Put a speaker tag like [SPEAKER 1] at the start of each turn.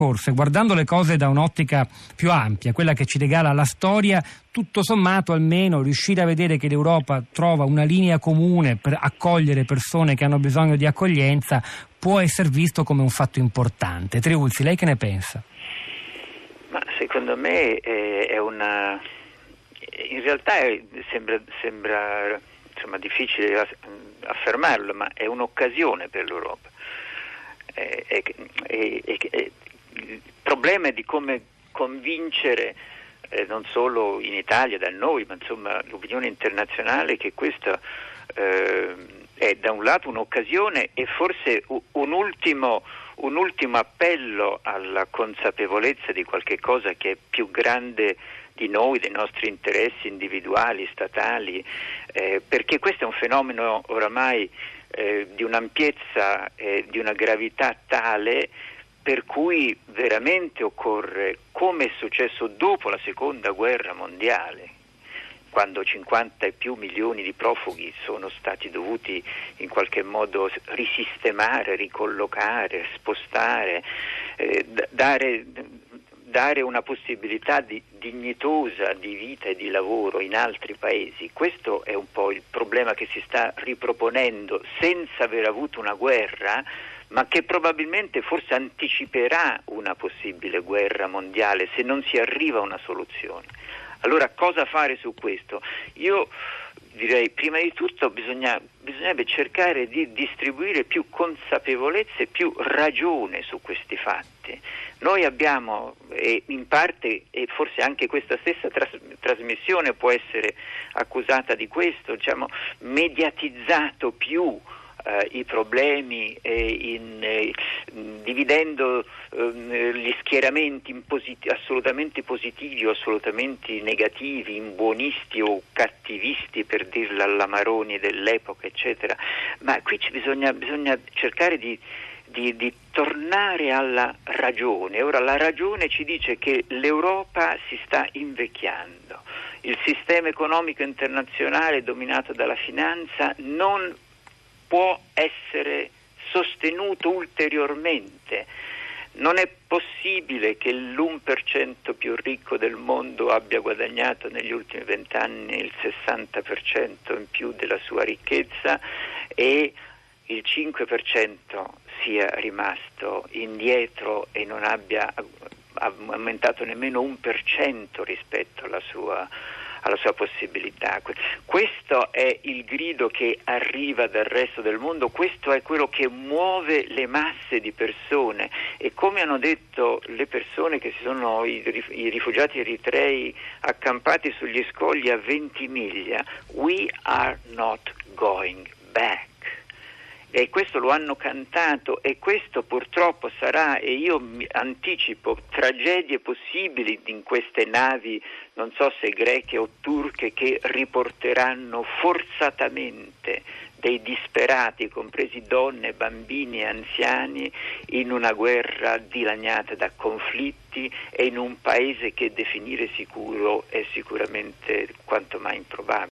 [SPEAKER 1] Forse, guardando le cose da un'ottica più ampia, quella che ci regala la storia, tutto sommato almeno riuscire a vedere che l'Europa trova una linea comune per accogliere persone che hanno bisogno di accoglienza può essere visto come un fatto importante. Triulzi, lei che ne pensa?
[SPEAKER 2] Ma secondo me è una... in realtà sembra insomma difficile affermarlo, ma è un'occasione per l'Europa. Il problema è di come convincere non solo in Italia da noi, ma insomma l'opinione internazionale che questa è da un lato un'occasione e forse un ultimo appello alla consapevolezza di qualche cosa che è più grande di noi, dei nostri interessi individuali, statali, perché questo è un fenomeno oramai di un'ampiezza e di una gravità tale per cui veramente occorre, come è successo dopo la seconda guerra mondiale, quando 50 e più milioni di profughi sono stati dovuti in qualche modo risistemare, ricollocare, spostare, dare una possibilità dignitosa di vita e di lavoro in altri paesi. Questo è un po' il problema che si sta riproponendo senza aver avuto una guerra, ma che probabilmente forse anticiperà una possibile guerra mondiale se non si arriva a una soluzione. Allora cosa fare su questo? Io direi prima di tutto bisognerebbe cercare di distribuire più consapevolezza e più ragione su questi fatti. Noi abbiamo, e in parte, e forse anche questa stessa trasmissione può essere accusata di questo, mediatizzato più i problemi dividendo gli schieramenti assolutamente positivi o assolutamente negativi, in buonisti o cattivisti, per dirla alla Maroni dell'epoca, eccetera. Ma qui bisogna cercare di tornare alla ragione. Ora la ragione ci dice che l'Europa si sta invecchiando, il sistema economico internazionale dominato dalla finanza non può essere sostenuto ulteriormente. Non è possibile che l'1% più ricco del mondo abbia guadagnato negli ultimi 20 anni il 60% in più della sua ricchezza e il 5% sia rimasto indietro e non abbia aumentato nemmeno 1% rispetto alla sua possibilità. Questo è il grido che arriva dal resto del mondo, questo è quello che muove le masse di persone e come hanno detto le persone che sono i rifugiati eritrei accampati sugli scogli a Ventimiglia, we are not going back. E questo lo hanno cantato e questo purtroppo sarà, e io mi anticipo, tragedie possibili in queste navi, non so se greche o turche, che riporteranno forzatamente dei disperati, compresi donne, bambini e anziani, in una guerra dilaniata da conflitti e in un paese che definire sicuro è sicuramente quanto mai improbabile.